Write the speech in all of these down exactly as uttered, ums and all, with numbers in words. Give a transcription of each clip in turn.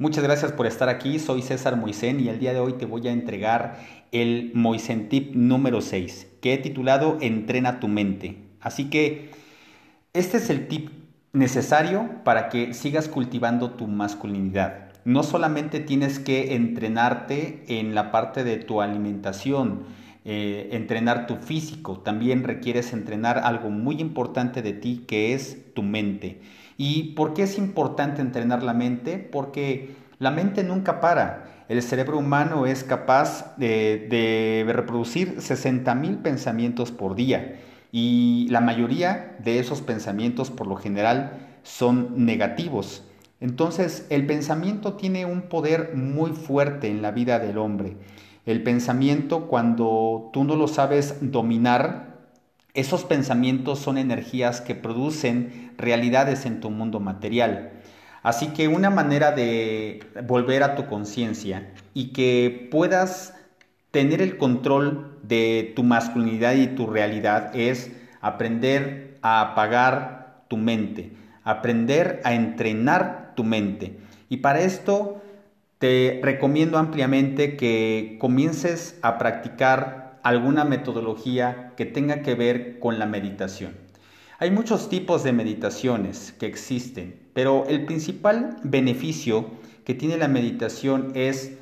Muchas gracias por estar aquí, soy César Moisén y el día de hoy te voy a entregar el Moisén Tip número seis, que he titulado Entrena tu mente. Así que este es el tip necesario para que sigas cultivando tu masculinidad. No solamente tienes que entrenarte en la parte de tu alimentación, eh, entrenar tu físico, también requieres entrenar algo muy importante de ti que es tu mente. ¿Y por qué es importante entrenar la mente? Porque la mente nunca para. El cerebro humano es capaz de, de reproducir sesenta mil pensamientos por día y la mayoría de esos pensamientos por lo general son negativos. Entonces el pensamiento tiene un poder muy fuerte en la vida del hombre. El pensamiento, cuando tú no lo sabes dominar, esos pensamientos son energías que producen realidades en tu mundo material. Así que una manera de volver a tu conciencia y que puedas tener el control de tu masculinidad y tu realidad es aprender a apagar tu mente, aprender a entrenar tu mente. Y para esto te recomiendo ampliamente que comiences a practicar alguna metodología que tenga que ver con la meditación. Hay muchos tipos de meditaciones que existen, pero el principal beneficio que tiene la meditación es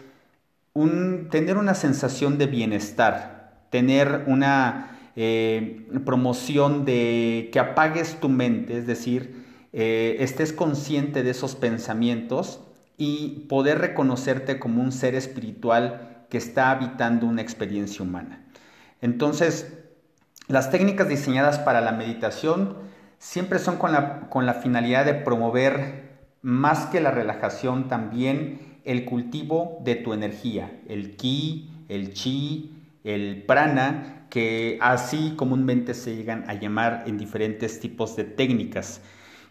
un, tener una sensación de bienestar, tener una eh, promoción de que apagues tu mente, es decir, eh, estés consciente de esos pensamientos y poder reconocerte como un ser espiritual que está habitando una experiencia humana. Entonces, las técnicas diseñadas para la meditación siempre son con la, con la finalidad de promover más que la relajación también el cultivo de tu energía, el ki, el chi, el prana, que así comúnmente se llegan a llamar en diferentes tipos de técnicas.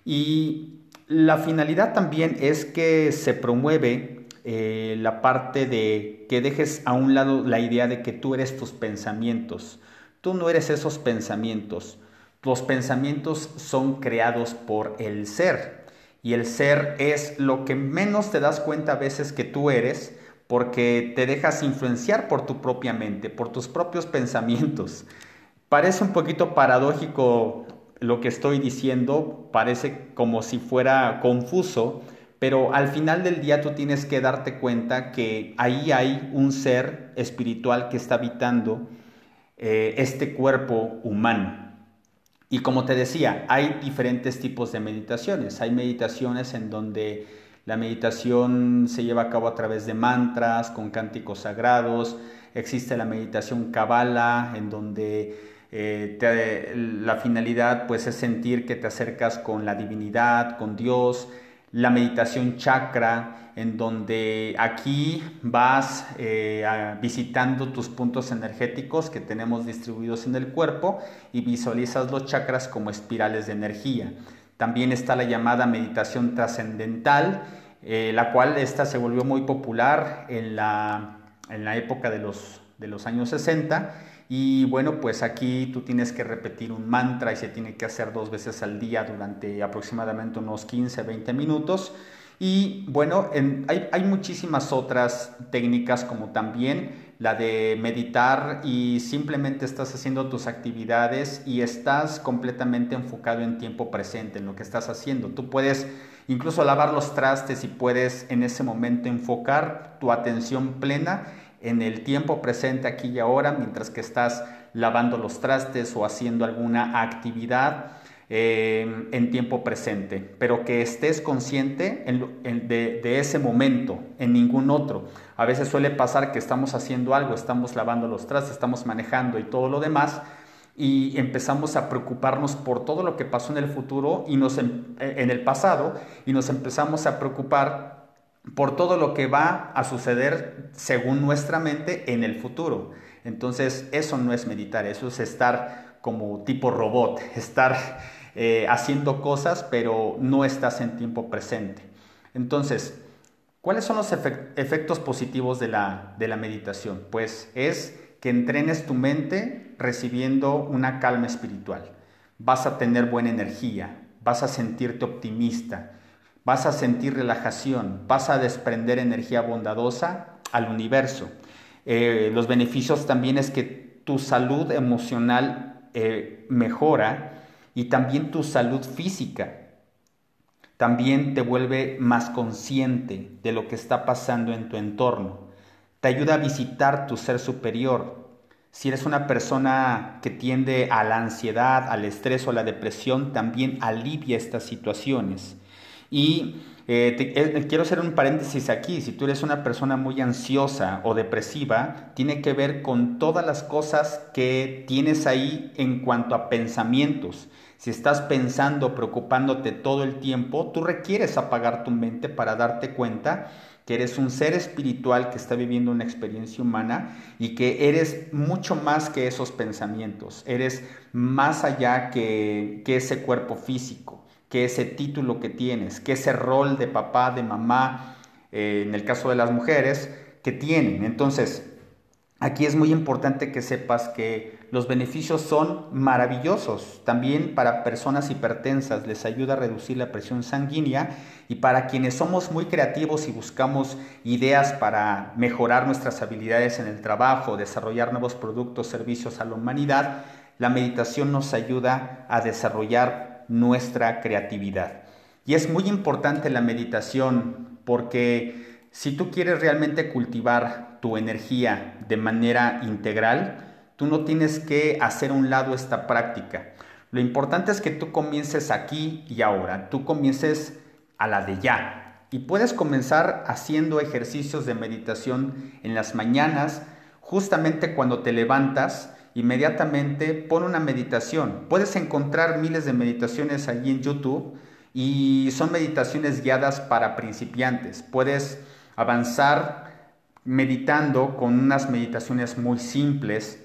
Y la finalidad también es que se promueve eh, la parte de que dejes a un lado la idea de que tú eres tus pensamientos. Tú no eres esos pensamientos. Los pensamientos son creados por el ser. Y el ser es lo que menos te das cuenta a veces que tú eres porque te dejas influenciar por tu propia mente, por tus propios pensamientos. Parece un poquito paradójico lo que estoy diciendo, parece como si fuera confuso, pero al final del día tú tienes que darte cuenta que ahí hay un ser espiritual que está habitando eh, este cuerpo humano. Y como te decía, hay diferentes tipos de meditaciones. Hay meditaciones en donde la meditación se lleva a cabo a través de mantras, con cánticos sagrados. Existe la meditación Kabbalah, en donde eh, te, la finalidad pues, es sentir que te acercas con la divinidad, con Dios. La meditación chakra, en donde aquí vas eh, a, visitando tus puntos energéticos que tenemos distribuidos en el cuerpo y visualizas los chakras como espirales de energía. También está la llamada meditación trascendental, eh, la cual esta se volvió muy popular en la, en la época de los, de los años sesenta. Y bueno, pues aquí tú tienes que repetir un mantra y se tiene que hacer dos veces al día durante aproximadamente unos quince a veinte minutos. Y bueno, en, hay, hay muchísimas otras técnicas como también la de meditar y simplemente estás haciendo tus actividades y estás completamente enfocado en tiempo presente, en lo que estás haciendo. Tú puedes incluso lavar los trastes y puedes en ese momento enfocar tu atención plena en el tiempo presente aquí y ahora mientras que estás lavando los trastes o haciendo alguna actividad eh, en tiempo presente, pero que estés consciente en, en, de, de ese momento, en ningún otro. A veces suele pasar que estamos haciendo algo, estamos lavando los trastes, estamos manejando y todo lo demás, y empezamos a preocuparnos por todo lo que pasó en el futuro y nos, en el pasado y nos empezamos a preocupar por todo lo que va a suceder según nuestra mente en el futuro. Entonces eso no es meditar, eso es estar como tipo robot, estar eh, haciendo cosas pero no estás en tiempo presente. Entonces, ¿cuáles son los efect efectos positivos de la, de la meditación? Pues es que entrenes tu mente recibiendo una calma espiritual. Vas a tener buena energía, vas a sentirte optimista, vas a sentir relajación, vas a desprender energía bondadosa al universo. Eh, los beneficios también es que tu salud emocional eh, mejora y también tu salud física. También te vuelve más consciente de lo que está pasando en tu entorno. Te ayuda a visitar tu ser superior. Si eres una persona que tiende a la ansiedad, al estrés o a la depresión, también alivia estas situaciones. Y eh, te, eh, quiero hacer un paréntesis aquí. Si tú eres una persona muy ansiosa o depresiva, tiene que ver con todas las cosas que tienes ahí en cuanto a pensamientos. Si estás pensando, preocupándote todo el tiempo, tú requieres apagar tu mente para darte cuenta que eres un ser espiritual que está viviendo una experiencia humana y que eres mucho más que esos pensamientos. Eres más allá que, que ese cuerpo físico, que ese título que tienes, que ese rol de papá, de mamá, eh, en el caso de las mujeres, que tienen. Entonces, aquí es muy importante que sepas que los beneficios son maravillosos. También para personas hipertensas les ayuda a reducir la presión sanguínea, y para quienes somos muy creativos y buscamos ideas para mejorar nuestras habilidades en el trabajo, desarrollar nuevos productos, servicios a la humanidad, la meditación nos ayuda a desarrollar nuestra creatividad. Y es muy importante la meditación porque si tú quieres realmente cultivar tu energía de manera integral, tú no tienes que hacer a un lado esta práctica. Lo importante es que tú comiences aquí y ahora, tú comiences a la de ya. Y puedes comenzar haciendo ejercicios de meditación en las mañanas, justamente cuando te levantas, inmediatamente pon una meditación. Puedes encontrar miles de meditaciones allí en YouTube y son meditaciones guiadas para principiantes. Puedes avanzar meditando con unas meditaciones muy simples,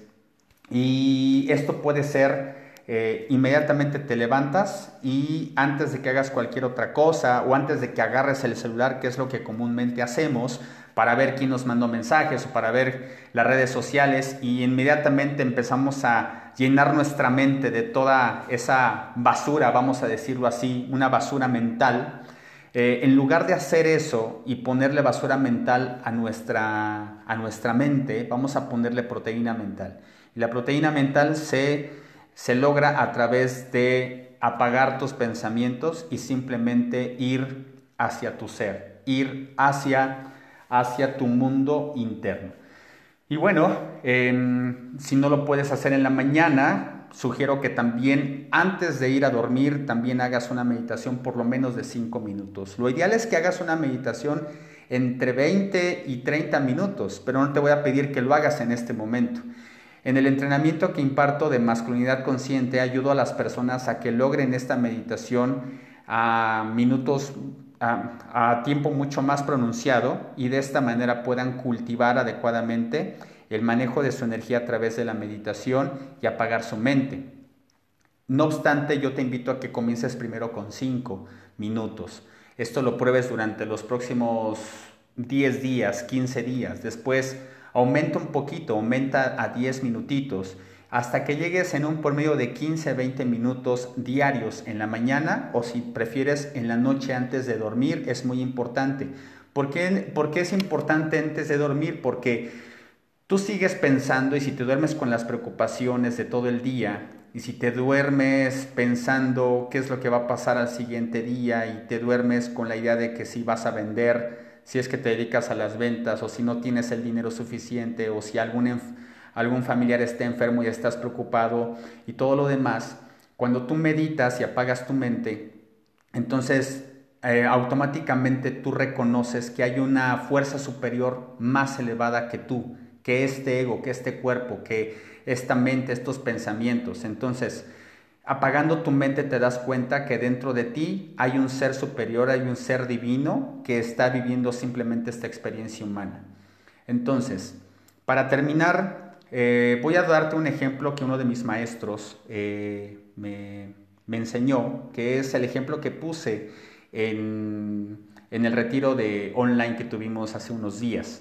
y esto puede ser eh, inmediatamente te levantas y antes de que hagas cualquier otra cosa o antes de que agarres el celular, que es lo que comúnmente hacemos para ver quién nos mandó mensajes o para ver las redes sociales, y inmediatamente empezamos a llenar nuestra mente de toda esa basura, vamos a decirlo así, una basura mental. Eh, en lugar de hacer eso y ponerle basura mental a nuestra, a nuestra mente, vamos a ponerle proteína mental. Y la proteína mental se, se logra a través de apagar tus pensamientos y simplemente ir hacia tu ser, ir hacia, hacia tu mundo interno. Y bueno, eh, si no lo puedes hacer en la mañana, sugiero que también antes de ir a dormir también hagas una meditación por lo menos de cinco minutos. Lo ideal es que hagas una meditación entre veinte y treinta minutos, pero no te voy a pedir que lo hagas en este momento. En el entrenamiento que imparto de masculinidad consciente, ayudo a las personas a que logren esta meditación a minutos, a, a tiempo mucho más pronunciado, y de esta manera puedan cultivar adecuadamente el manejo de su energía a través de la meditación y apagar su mente. No obstante, yo te invito a que comiences primero con cinco minutos. Esto lo pruebes durante los próximos diez días, quince días. Después aumenta un poquito, aumenta a diez minutitos, hasta que llegues en un promedio de quince a veinte minutos diarios en la mañana, o si prefieres en la noche antes de dormir. Es muy importante. ¿Por qué, ¿Por qué es importante antes de dormir? Porque tú sigues pensando, y si te duermes con las preocupaciones de todo el día, y si te duermes pensando qué es lo que va a pasar al siguiente día, y te duermes con la idea de que si vas a vender, si es que te dedicas a las ventas, o si no tienes el dinero suficiente, o si algún, algún familiar está enfermo y estás preocupado y todo lo demás, cuando tú meditas y apagas tu mente, entonces eh, automáticamente tú reconoces que hay una fuerza superior más elevada que tú, que este ego, que este cuerpo, que esta mente, estos pensamientos. Entonces, apagando tu mente te das cuenta que dentro de ti hay un ser superior, hay un ser divino que está viviendo simplemente esta experiencia humana. Entonces, para terminar, eh, voy a darte un ejemplo que uno de mis maestros eh, me, me enseñó, que es el ejemplo que puse en, en el retiro de online que tuvimos hace unos días.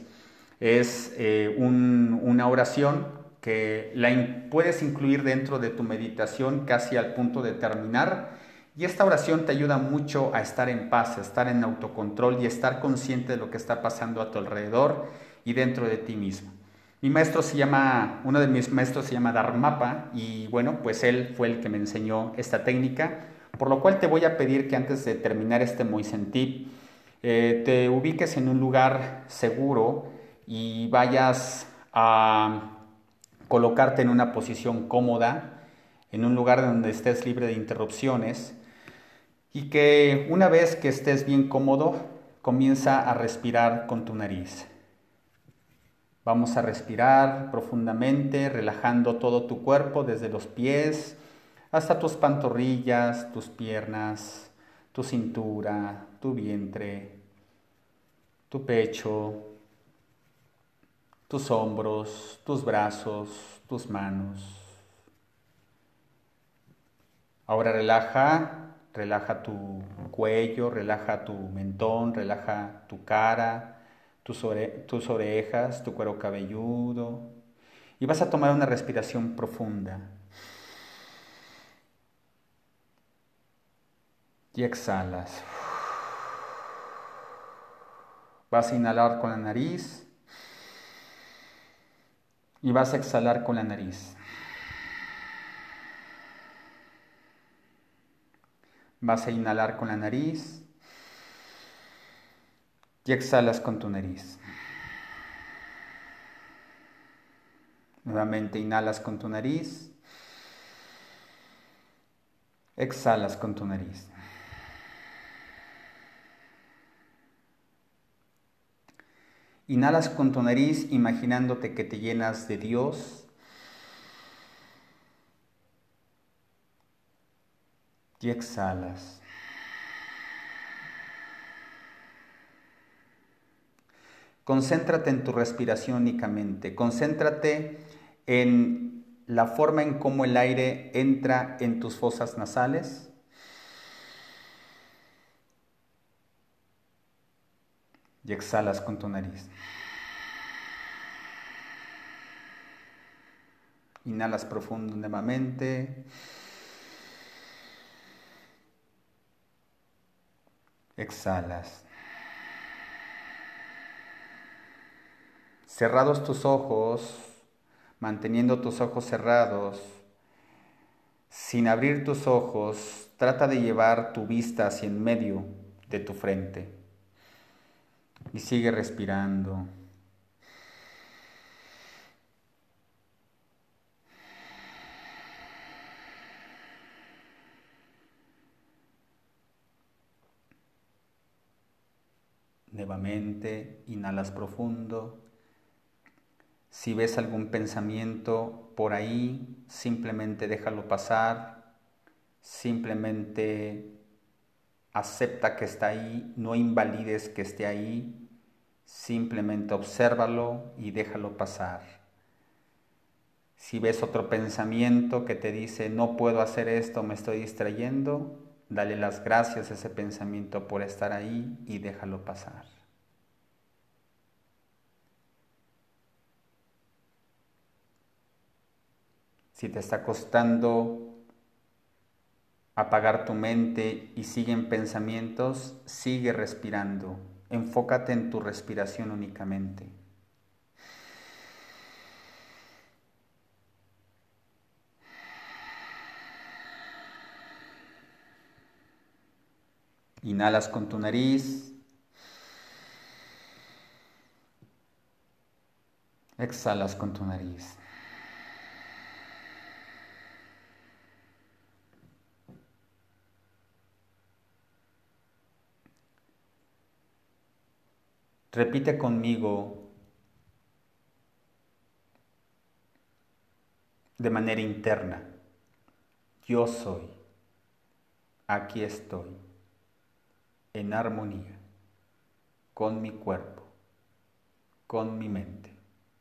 Es eh, un, una oración que la in, puedes incluir dentro de tu meditación casi al punto de terminar, Y esta oración te ayuda mucho a estar en paz, a estar en autocontrol y a estar consciente de lo que está pasando a tu alrededor y dentro de ti mismo. Mi maestro se llama, uno de mis maestros se llama Dharmapa y bueno, pues él fue el que me enseñó esta técnica, por lo cual te voy a pedir que antes de terminar este Moisentip, eh, te ubiques en un lugar seguro y vayas a colocarte en una posición cómoda, en un lugar donde estés libre de interrupciones y que una vez que estés bien cómodo, comienza a respirar con tu nariz. Vamos a respirar profundamente, relajando todo tu cuerpo, desde los pies hasta tus pantorrillas, tus piernas, tu cintura, tu vientre, tu pecho, tus hombros, tus brazos, tus manos. Ahora relaja, relaja tu cuello, relaja tu mentón, relaja tu cara, tus, ore tus orejas, tu cuero cabelludo. Y vas a tomar una respiración profunda. Y exhalas. Vas a inhalar con la nariz y vas a exhalar con la nariz. Vas a inhalar con la nariz y exhalas con tu nariz. Nuevamente inhalas con tu nariz, exhalas con tu nariz. Inhalas con tu nariz imaginándote que te llenas de Dios y exhalas. Concéntrate en tu respiración únicamente. Concéntrate en la forma en cómo el aire entra en tus fosas nasales y exhalas con tu nariz. Inhalas profundo nuevamente. Exhalas. Cerrados tus ojos, manteniendo tus ojos cerrados, sin abrir tus ojos, trata de llevar tu vista hacia en medio de tu frente y sigue respirando. Nuevamente, inhalas profundo. Si ves algún pensamiento por ahí, simplemente déjalo pasar. Simplemente acepta que está ahí, no invalides que esté ahí. Simplemente obsérvalo y déjalo pasar. Si ves otro pensamiento que te dice no puedo hacer esto, me estoy distrayendo, dale las gracias a ese pensamiento por estar ahí y déjalo pasar. Si te está costando apagar tu mente y siguen pensamientos, sigue respirando. Enfócate en tu respiración únicamente. Inhalas con tu nariz. Exhalas con tu nariz. Repite conmigo de manera interna. Yo soy, aquí estoy, en armonía, con mi cuerpo, con mi mente,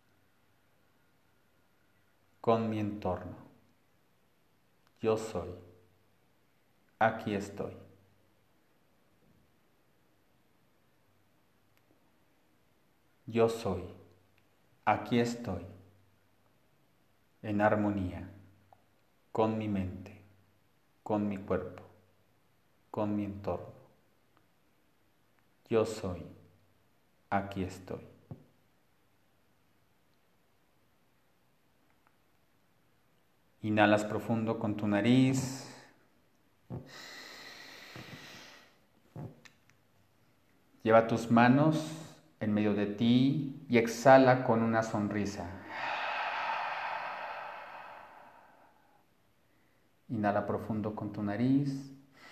con mi entorno. Yo soy, aquí estoy. Yo soy, aquí estoy, en armonía, con mi mente, con mi cuerpo, con mi entorno. Yo soy, aquí estoy. Inhalas profundo con tu nariz. Lleva tus manos en medio de ti y exhala con una sonrisa. Inhala profundo con tu nariz.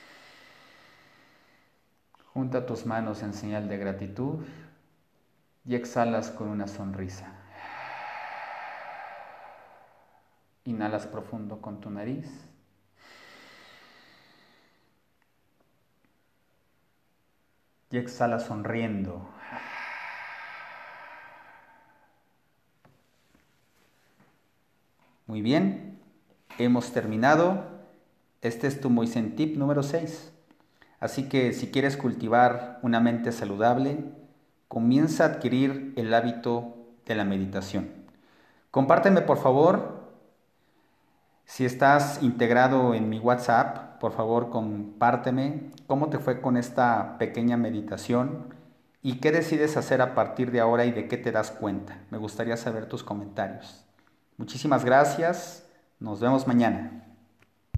Junta tus manos en señal de gratitud y exhalas con una sonrisa. Inhalas profundo con tu nariz. Y exhalas sonriendo. Muy bien, hemos terminado. Este es tu Moisen Tip número seis. Así que si quieres cultivar una mente saludable, comienza a adquirir el hábito de la meditación. Compárteme por favor, si estás integrado en mi WhatsApp, por favor compárteme cómo te fue con esta pequeña meditación y qué decides hacer a partir de ahora y de qué te das cuenta. Me gustaría saber tus comentarios. Muchísimas gracias, nos vemos mañana.